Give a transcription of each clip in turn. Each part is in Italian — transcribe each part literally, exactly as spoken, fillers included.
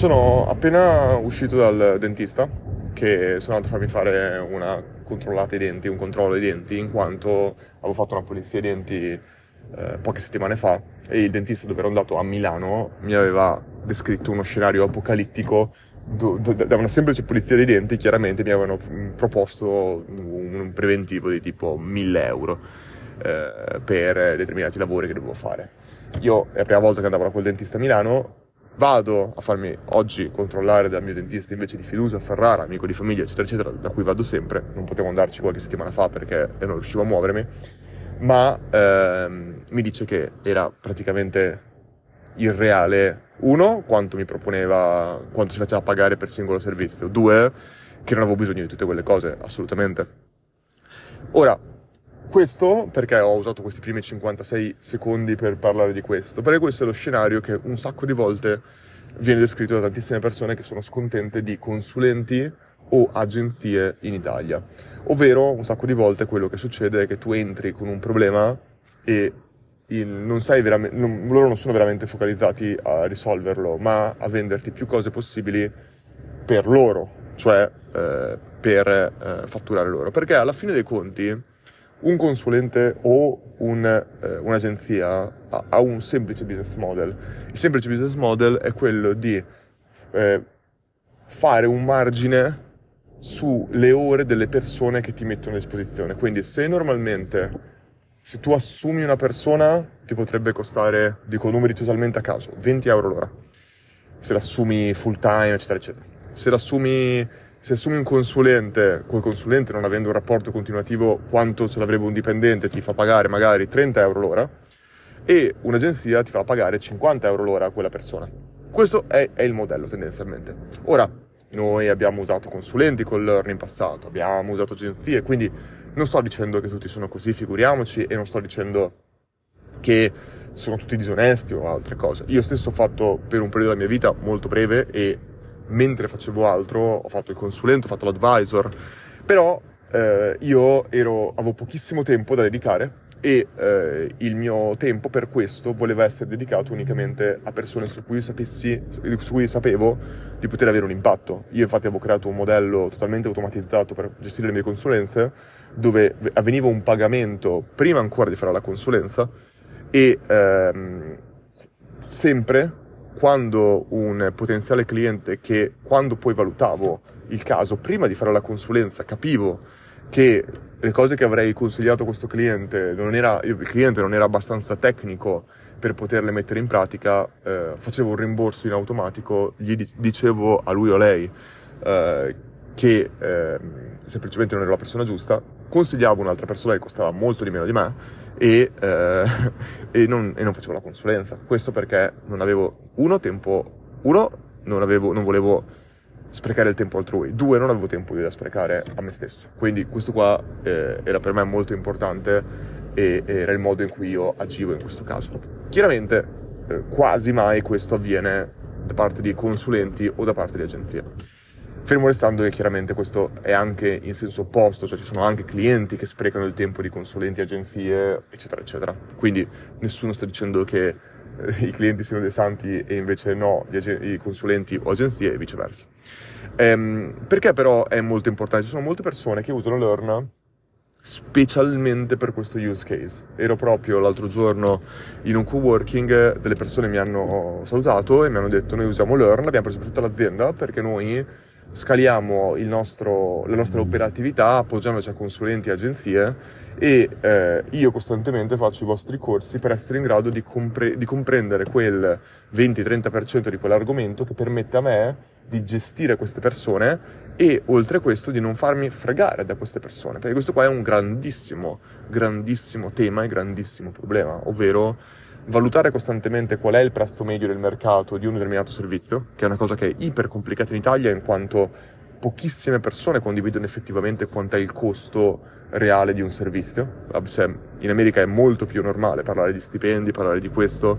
Sono appena uscito dal dentista, che sono andato a farmi fare una controllata ai denti, un controllo ai denti, in quanto avevo fatto una pulizia ai denti eh, poche settimane fa, e il dentista dove ero andato a Milano mi aveva descritto uno scenario apocalittico. Do, do, da una semplice pulizia dei denti chiaramente mi avevano proposto un, un preventivo di tipo mille euro eh, per determinati lavori che dovevo fare. Io è la prima volta che andavo da quel dentista a Milano. Vado a farmi oggi controllare dal mio dentista invece di fiducia a Ferrara, amico di famiglia, eccetera, eccetera, da cui vado sempre. Non potevo andarci qualche settimana fa perché non riuscivo a muovermi, ma ehm, mi dice che era praticamente irreale, uno, quanto mi proponeva, quanto si faceva pagare per singolo servizio, due, che non avevo bisogno di tutte quelle cose, assolutamente. Ora, questo perché ho usato questi primi cinquantasei secondi per parlare di questo, perché questo è lo scenario che un sacco di volte viene descritto da tantissime persone che sono scontente di consulenti o agenzie in Italia. Ovvero, un sacco di volte quello che succede è che tu entri con un problema e il, non sei veramente, non, loro non sono veramente focalizzati a risolverlo, ma a venderti più cose possibili per loro, cioè eh, per eh, fatturare loro. Perché alla fine dei conti un consulente o un, eh, un'agenzia ha, ha un semplice business model. Il semplice business model è quello di eh, fare un margine sulle ore delle persone che ti mettono a disposizione. Quindi se normalmente, se tu assumi una persona, ti potrebbe costare, dico numeri totalmente a caso, venti euro l'ora. Se l'assumi full time, eccetera, eccetera. Se l'assumi... Se assumi un consulente, quel consulente non avendo un rapporto continuativo quanto ce l'avrebbe un dipendente, ti fa pagare magari trenta euro l'ora, e un'agenzia ti farà pagare cinquanta euro l'ora a quella persona. Questo è, è il modello tendenzialmente. Ora, noi abbiamo usato consulenti con Learn in passato, abbiamo usato agenzie, quindi non sto dicendo che tutti sono così, figuriamoci, e non sto dicendo che sono tutti disonesti o altre cose. Io stesso ho fatto per un periodo della mia vita molto breve e mentre facevo altro ho fatto il consulente, ho fatto l'advisor, però eh, io ero, avevo pochissimo tempo da dedicare e eh, il mio tempo per questo voleva essere dedicato unicamente a persone su cui sapessi, su cui sapevo di poter avere un impatto. Io infatti avevo creato un modello totalmente automatizzato per gestire le mie consulenze, dove avveniva un pagamento prima ancora di fare la consulenza e ehm, sempre quando un potenziale cliente, che quando poi valutavo il caso prima di fare la consulenza capivo che le cose che avrei consigliato a questo cliente non era, il cliente non era abbastanza tecnico per poterle mettere in pratica, eh, facevo un rimborso in automatico, gli dicevo a lui o a lei eh, che eh, semplicemente non ero la persona giusta, consigliavo un'altra persona che costava molto di meno di me e, eh, e, non, e non facevo la consulenza. Questo perché non avevo, uno, tempo, uno, non avevo, non volevo sprecare il tempo altrui, due, non avevo tempo da sprecare a me stesso. Quindi questo qua eh, era per me molto importante e era il modo in cui io agivo in questo caso. Chiaramente eh, quasi mai questo avviene da parte di consulenti o da parte di agenzie. Fermo restando che chiaramente questo è anche in senso opposto, cioè ci sono anche clienti che sprecano il tempo di consulenti, agenzie, eccetera, eccetera. Quindi nessuno sta dicendo che eh, i clienti siano dei santi e invece no, gli ag- i consulenti o agenzie e viceversa. Ehm, perché però è molto importante? Ci sono molte persone che usano Learn specialmente per questo use case. Ero proprio l'altro giorno in un co-working, delle persone mi hanno salutato e mi hanno detto: noi usiamo Learn, l'abbiamo preso per tutta l'azienda perché noi scaliamo il nostro, la nostra operatività appoggiandoci a consulenti e agenzie e eh, io costantemente faccio i vostri corsi per essere in grado di, compre- di comprendere quel venti-trenta per cento di quell'argomento che permette a me di gestire queste persone e oltre a questo di non farmi fregare da queste persone, perché questo qua è un grandissimo, grandissimo tema e grandissimo problema, ovvero valutare costantemente qual è il prezzo medio del mercato di un determinato servizio, che è una cosa che è iper complicata in Italia in quanto pochissime persone condividono effettivamente quant'è il costo reale di un servizio. Cioè, in America è molto più normale parlare di stipendi, parlare di questo,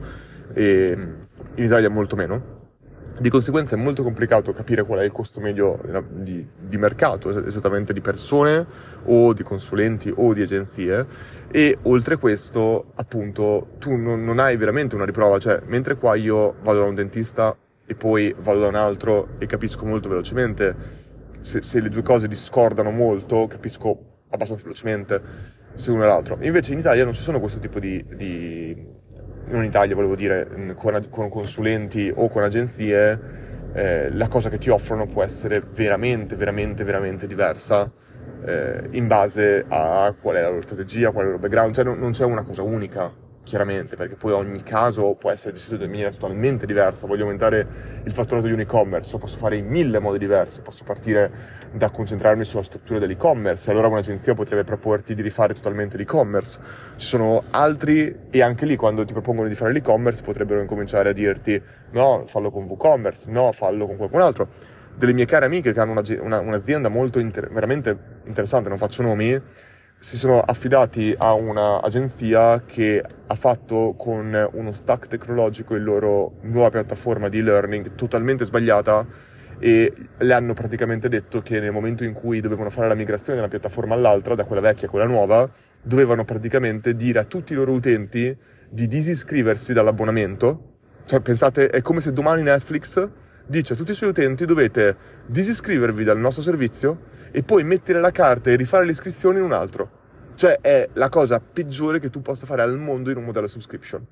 e in Italia molto meno. Di conseguenza è molto complicato capire qual è il costo medio di, di mercato, esattamente di persone o di consulenti o di agenzie, e oltre questo appunto tu non, non hai veramente una riprova, cioè mentre qua io vado da un dentista e poi vado da un altro e capisco molto velocemente. Se, se le due cose discordano molto, capisco abbastanza velocemente se uno e l'altro. Invece in Italia non ci sono questo tipo di... di non in Italia, volevo dire, con, con consulenti o con agenzie, eh, la cosa che ti offrono può essere veramente, veramente, veramente diversa eh, in base a qual è la loro strategia, qual è il loro background. Cioè non, non c'è una cosa unica, chiaramente, perché poi ogni caso può essere gestito in maniera totalmente diversa. Voglio aumentare il fatturato di un e-commerce, lo posso fare in mille modi diversi, posso partire da concentrarmi sulla struttura dell'e-commerce, e allora un'agenzia potrebbe proporti di rifare totalmente l'e-commerce. Ci sono altri, e anche lì quando ti propongono di fare l'e-commerce potrebbero incominciare a dirti no, fallo con WooCommerce, no, fallo con qualcun altro. Delle mie care amiche che hanno una, una, un'azienda molto inter- veramente interessante, non faccio nomi, si sono affidati a un'agenzia che ha fatto con uno stack tecnologico il loro nuova piattaforma di e-learning totalmente sbagliata, e le hanno praticamente detto che nel momento in cui dovevano fare la migrazione da una piattaforma all'altra, da quella vecchia a quella nuova, dovevano praticamente dire a tutti i loro utenti di disiscriversi dall'abbonamento. Cioè pensate, è come se domani Netflix dice a tutti i suoi utenti dovete disiscrivervi dal nostro servizio e poi mettere la carta e rifare l'iscrizione in un altro. Cioè è la cosa peggiore che tu possa fare al mondo in un modello subscription.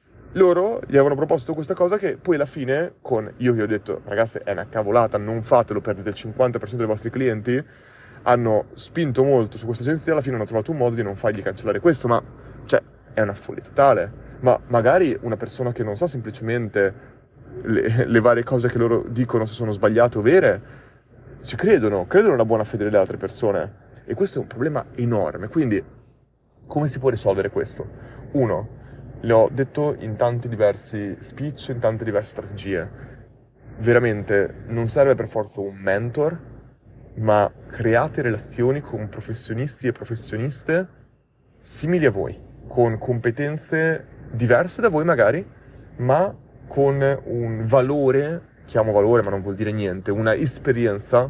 Loro gli avevano proposto questa cosa che poi alla fine, con io gli ho detto ragazzi è una cavolata, non fatelo, perdete il cinquanta per cento dei vostri clienti, hanno spinto molto su questa agenzia, alla fine hanno trovato un modo di non fargli cancellare questo, ma cioè è una follia totale. Ma magari una persona che non sa semplicemente le, le varie cose che loro dicono se sono sbagliate o vere, ci credono, credono nella buona fede delle altre persone, e questo è un problema enorme. Quindi come si può risolvere questo? Uno, le ho detto in tanti diversi speech, in tante diverse strategie, veramente non serve per forza un mentor, ma create relazioni con professionisti e professioniste simili a voi, con competenze diverse da voi magari, ma con un valore, chiamo valore ma non vuol dire niente, una esperienza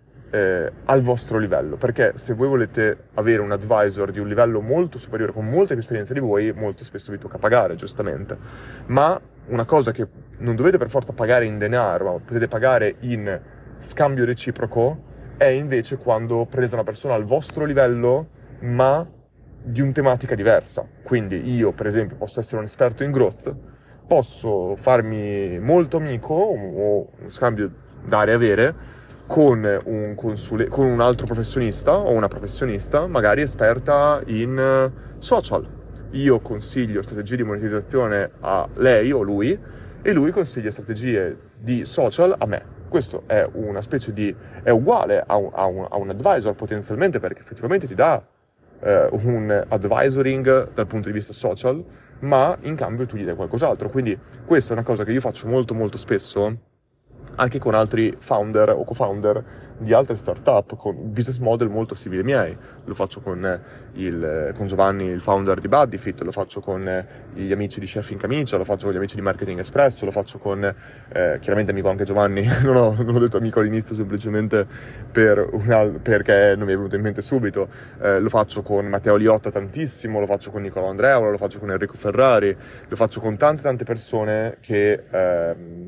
eh, al vostro livello. Perché se voi volete avere un advisor di un livello molto superiore, con molta più esperienza di voi, molto spesso vi tocca pagare, giustamente. Ma una cosa che non dovete per forza pagare in denaro, ma potete pagare in scambio reciproco, è invece quando prendete una persona al vostro livello, ma di una tematica diversa. Quindi io, per esempio, posso essere un esperto in growth, posso farmi molto amico o un scambio dare e avere con un consule, con un altro professionista o una professionista magari esperta in social. Io consiglio strategie di monetizzazione a lei o lui e lui consiglia strategie di social a me. Questo è una specie di, è uguale a un, a un, a un advisor potenzialmente, perché effettivamente ti dà eh, un advisoring dal punto di vista social, ma in cambio tu gli dai qualcos'altro. Quindi questa è una cosa che io faccio molto molto spesso anche con altri founder o co-founder di altre startup con business model molto simili ai miei. Lo faccio con, il, con Giovanni, il founder di Buddyfit, lo faccio con gli amici di Chef in Camicia, lo faccio con gli amici di Marketing Espresso, lo faccio con, eh, chiaramente amico anche Giovanni, non ho, non ho detto amico all'inizio semplicemente per una, perché non mi è venuto in mente subito, eh, lo faccio con Matteo Liotta tantissimo, lo faccio con Nicolò Andreola, lo faccio con Enrico Ferrari, lo faccio con tante tante persone che... Ehm,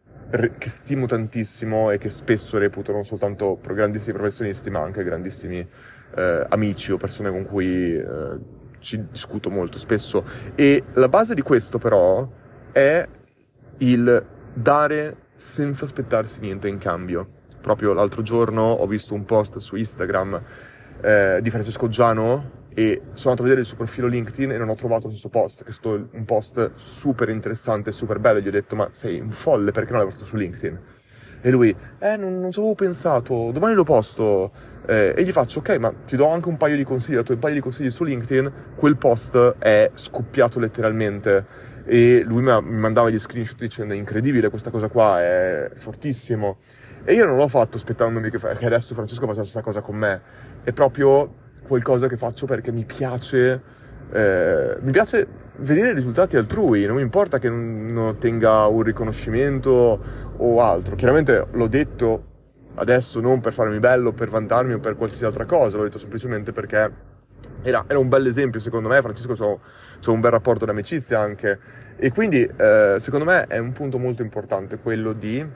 che stimo tantissimo e che spesso reputo non soltanto grandissimi professionisti ma anche grandissimi eh, amici o persone con cui eh, ci discuto molto spesso. E la base di questo però è il dare senza aspettarsi niente in cambio. Proprio l'altro giorno ho visto un post su Instagram eh, di Francesco Giano e sono andato a vedere il suo profilo LinkedIn e non ho trovato il suo post, che è stato un post super interessante, super bello. Gli ho detto ma sei un folle, perché non l'hai postato su LinkedIn? E lui, eh non, non ci avevo pensato, domani lo posto. Eh, e gli faccio ok, ma ti do anche un paio di consigli, ho dato un paio di consigli su LinkedIn. Quel post è scoppiato letteralmente e lui mi mandava gli screenshot dicendo incredibile, questa cosa qua è fortissimo. E io non l'ho fatto aspettandomi che, che adesso Francesco faccia la stessa cosa con me, è proprio qualcosa che faccio perché mi piace, eh, mi piace vedere i risultati altrui, non mi importa che non ottenga un riconoscimento o altro. Chiaramente l'ho detto adesso non per farmi bello, per vantarmi o per qualsiasi altra cosa, l'ho detto semplicemente perché Era, era un bel esempio, secondo me. Francesco c'ho, c'ho un bel rapporto d'amicizia anche. E quindi, eh, secondo me, è un punto molto importante quello di,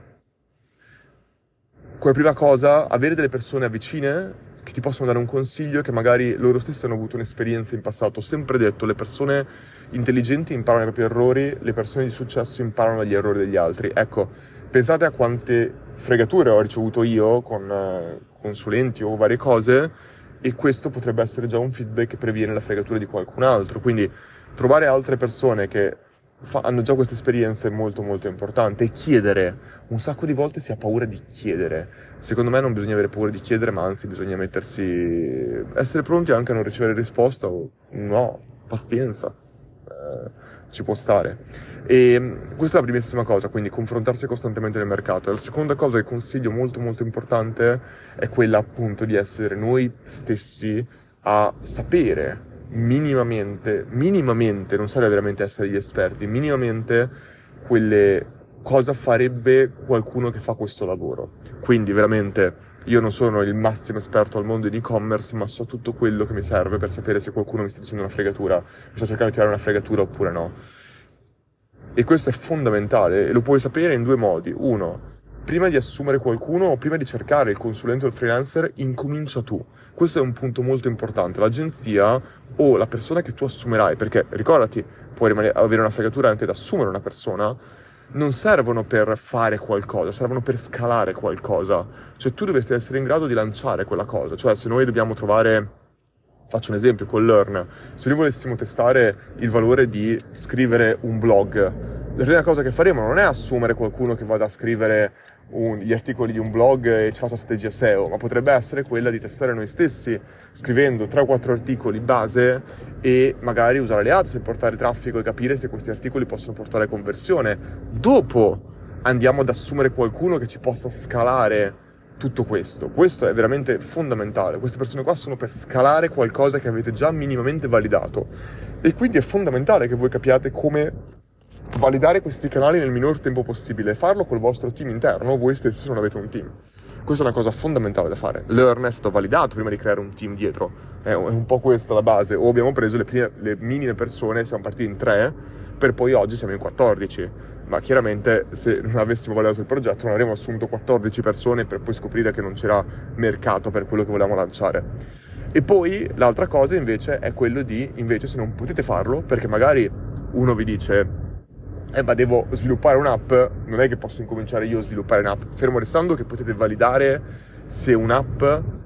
come prima cosa, avere delle persone vicine che ti possono dare un consiglio, che magari loro stessi hanno avuto un'esperienza in passato. Ho sempre detto, le persone intelligenti imparano i propri errori, le persone di successo imparano dagli errori degli altri. Ecco, pensate a quante fregature ho ricevuto io con eh, consulenti o varie cose, e questo potrebbe essere già un feedback che previene la fregatura di qualcun altro. Quindi trovare altre persone che fa, hanno già queste esperienze è molto molto importante. E chiedere, un sacco di volte si ha paura di chiedere. Secondo me non bisogna avere paura di chiedere, ma anzi bisogna mettersi, essere pronti anche a non ricevere risposta o no, pazienza, eh, ci può stare. E questa è la primissima cosa, quindi confrontarsi costantemente nel mercato. La seconda cosa che consiglio molto molto importante è quella appunto di essere noi stessi a sapere minimamente, minimamente, non serve veramente essere gli esperti, minimamente quelle cosa farebbe qualcuno che fa questo lavoro. Quindi veramente io non sono il massimo esperto al mondo in e-commerce, ma so tutto quello che mi serve per sapere se qualcuno mi sta dicendo una fregatura, mi sta cercando di tirare una fregatura oppure no. E questo è fondamentale, e lo puoi sapere in due modi. Uno, prima di assumere qualcuno o prima di cercare il consulente o il freelancer, incomincia tu. Questo è un punto molto importante. L'agenzia o la persona che tu assumerai, perché ricordati, puoi rimanere, avere una fregatura anche da assumere una persona, non servono per fare qualcosa, servono per scalare qualcosa. Cioè tu dovresti essere in grado di lanciare quella cosa. Cioè se noi dobbiamo trovare, faccio un esempio con Learn, se noi volessimo testare il valore di scrivere un blog, la prima cosa che faremo non è assumere qualcuno che vada a scrivere un, gli articoli di un blog e ci faccia strategia S E O, ma potrebbe essere quella di testare noi stessi, scrivendo tre o quattro articoli base e magari usare le ads per portare traffico e capire se questi articoli possono portare conversione. Dopo andiamo ad assumere qualcuno che ci possa scalare tutto questo. Questo è veramente fondamentale. Queste persone qua sono per scalare qualcosa che avete già minimamente validato, e quindi è fondamentale che voi capiate come validare questi canali nel minor tempo possibile e farlo col vostro team interno, voi stessi se non avete un team. Questa è una cosa fondamentale da fare. Learn è stato validato prima di creare un team dietro, è un po' questa la base. O abbiamo preso le, prime, le minime persone, siamo partiti in tre, per poi oggi siamo in quattordici. Ma chiaramente se non avessimo validato il progetto non avremmo assunto quattordici persone per poi scoprire che non c'era mercato per quello che volevamo lanciare. E poi l'altra cosa invece è quello di, invece se non potete farlo, perché magari uno vi dice eh ma devo sviluppare un'app, non è che posso incominciare io a sviluppare un'app, fermo restando che potete validare se un'app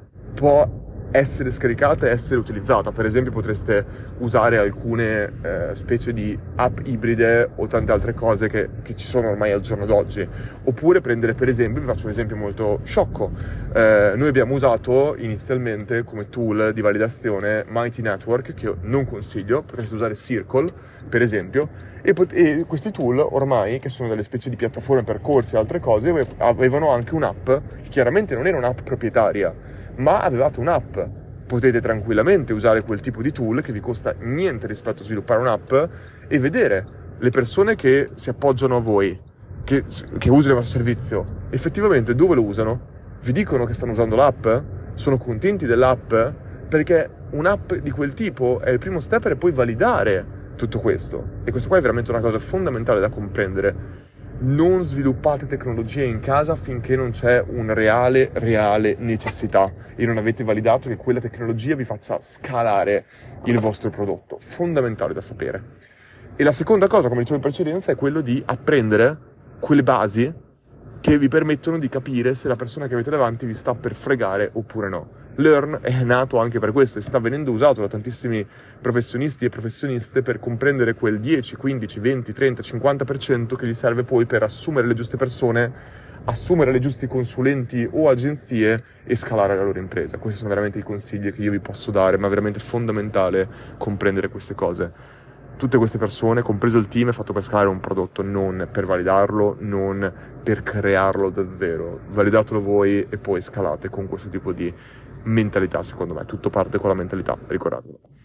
può essere scaricata e essere utilizzata. Per esempio potreste usare alcune eh, specie di app ibride o tante altre cose che, che ci sono ormai al giorno d'oggi, oppure prendere, per esempio, vi faccio un esempio molto sciocco, eh, noi abbiamo usato inizialmente come tool di validazione Mighty Network, che io non consiglio, potreste usare Circle per esempio, e, pot- e questi tool ormai, che sono delle specie di piattaforme per corsi e altre cose, avevano anche un'app che chiaramente non era un'app proprietaria, ma avevate un'app. Potete tranquillamente usare quel tipo di tool che vi costa niente rispetto a sviluppare un'app e vedere le persone che si appoggiano a voi, che, che usano il vostro servizio, effettivamente dove lo usano? Vi dicono che stanno usando l'app? Sono contenti dell'app? Perché un'app di quel tipo è il primo step per poi validare tutto questo. E questo qua è veramente una cosa fondamentale da comprendere. Non sviluppate tecnologie in casa finché non c'è una reale, reale necessità e non avete validato che quella tecnologia vi faccia scalare il vostro prodotto. Fondamentale da sapere. E la seconda cosa, come dicevo in precedenza, è quello di apprendere quelle basi che vi permettono di capire se la persona che avete davanti vi sta per fregare oppure no. Learn è nato anche per questo e sta venendo usato da tantissimi professionisti e professioniste per comprendere quel dieci, quindici, venti, trenta, cinquanta per cento che gli serve poi per assumere le giuste persone, assumere le giusti consulenti o agenzie e scalare la loro impresa. Questi sono veramente i consigli che io vi posso dare, ma è veramente fondamentale comprendere queste cose. Tutte queste persone, compreso il team, è fatto per scalare un prodotto, non per validarlo, non per crearlo da zero. Validatelo voi e poi scalate con questo tipo di mentalità, secondo me. Tutto parte con la mentalità, ricordatelo.